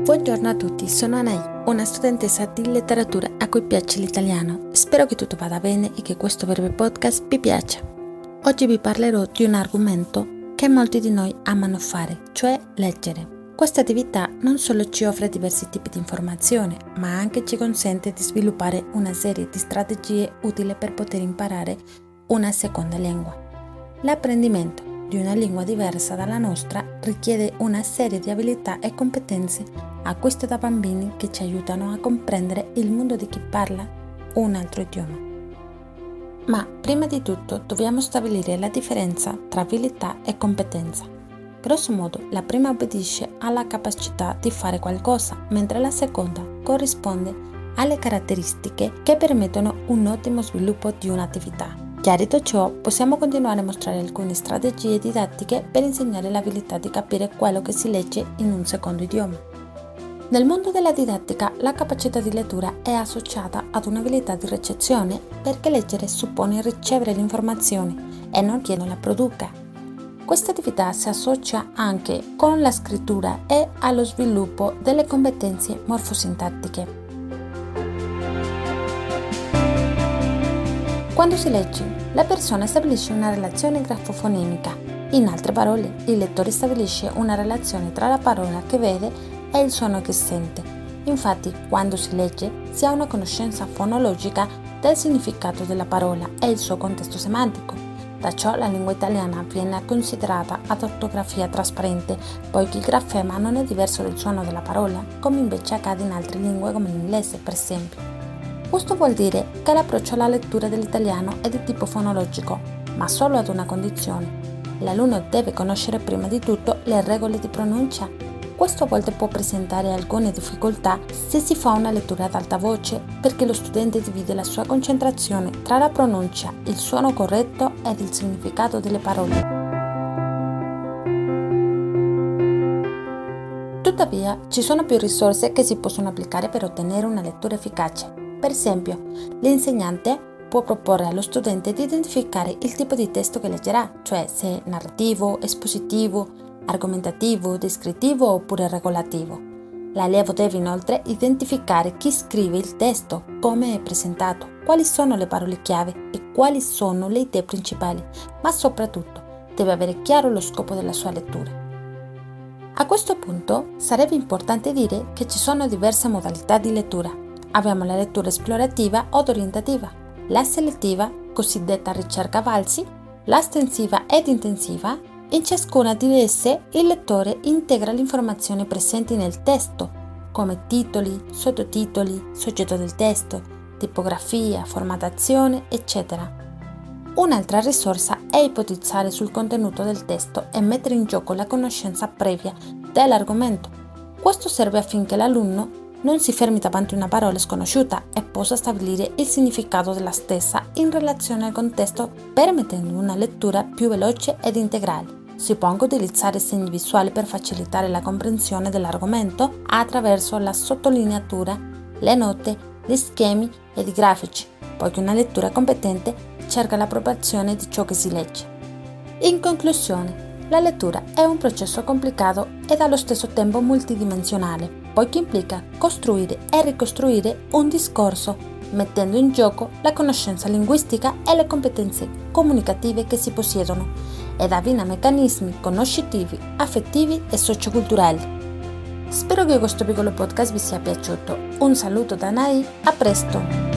Buongiorno a tutti, sono Anai, una studentessa di letteratura a cui piace l'italiano. Spero che tutto vada bene e che questo breve podcast vi piaccia. Oggi vi parlerò di un argomento che molti di noi amano fare, cioè leggere. Questa attività non solo ci offre diversi tipi di informazione, ma anche ci consente di sviluppare una serie di strategie utili per poter imparare una seconda lingua. L'apprendimento di una lingua diversa dalla nostra richiede una serie di abilità e competenze acquisite da bambini che ci aiutano a comprendere il mondo di chi parla un altro idioma. Ma prima di tutto dobbiamo stabilire la differenza tra abilità e competenza. Grosso modo, la prima obbedisce alla capacità di fare qualcosa, mentre la seconda corrisponde alle caratteristiche che permettono un ottimo sviluppo di un'attività. Chiarito ciò, possiamo continuare a mostrare alcune strategie didattiche per insegnare l'abilità di capire quello che si legge in un secondo idioma. Nel mondo della didattica, la capacità di lettura è associata ad un'abilità di ricezione perché leggere suppone ricevere l'informazione e non chi non la produca. Questa attività si associa anche con la scrittura e allo sviluppo delle competenze morfosintattiche. Quando si legge, la persona stabilisce una relazione grafofonemica. In altre parole, il lettore stabilisce una relazione tra la parola che vede e il suono che sente. Infatti, quando si legge, si ha una conoscenza fonologica del significato della parola e il suo contesto semantico. Da ciò la lingua italiana viene considerata ad ortografia trasparente, poiché il grafema non è diverso dal suono della parola, come invece accade in altre lingue come l'inglese, per esempio. Questo vuol dire che l'approccio alla lettura dell'italiano è di tipo fonologico, ma solo ad una condizione. L'alunno deve conoscere prima di tutto le regole di pronuncia. Questo a volte può presentare alcune difficoltà se si fa una lettura ad alta voce, perché lo studente divide la sua concentrazione tra la pronuncia, il suono corretto ed il significato delle parole. Tuttavia, ci sono più risorse che si possono applicare per ottenere una lettura efficace. Per esempio, l'insegnante può proporre allo studente di identificare il tipo di testo che leggerà, cioè se è narrativo, espositivo, argomentativo, descrittivo oppure regolativo. L'allievo deve inoltre identificare chi scrive il testo, come è presentato, quali sono le parole chiave e quali sono le idee principali, ma soprattutto deve avere chiaro lo scopo della sua lettura. A questo punto sarebbe importante dire che ci sono diverse modalità di lettura. Abbiamo la lettura esplorativa o orientativa, la selettiva, cosiddetta ricerca valsi, l'astensiva ed intensiva. In ciascuna di esse il lettore integra le informazioni presenti nel testo, come titoli, sottotitoli, soggetto del testo, tipografia, formattazione, eccetera. Un'altra risorsa è ipotizzare sul contenuto del testo e mettere in gioco la conoscenza previa dell'argomento. Questo serve affinché l'alunno non si fermi davanti a una parola sconosciuta e possa stabilire il significato della stessa in relazione al contesto, permettendo una lettura più veloce ed integrale. Si può anche utilizzare segni visuali per facilitare la comprensione dell'argomento attraverso la sottolineatura, le note, gli schemi ed i grafici, poiché una lettura competente cerca l'appropriazione di ciò che si legge. In conclusione, la lettura è un processo complicato ed allo stesso tempo multidimensionale, poiché implica costruire e ricostruire un discorso, mettendo in gioco la conoscenza linguistica e le competenze comunicative che si possiedono, ed abbina meccanismi conoscitivi, affettivi e socioculturali. Spero che questo piccolo podcast vi sia piaciuto. Un saluto da Nai, a presto!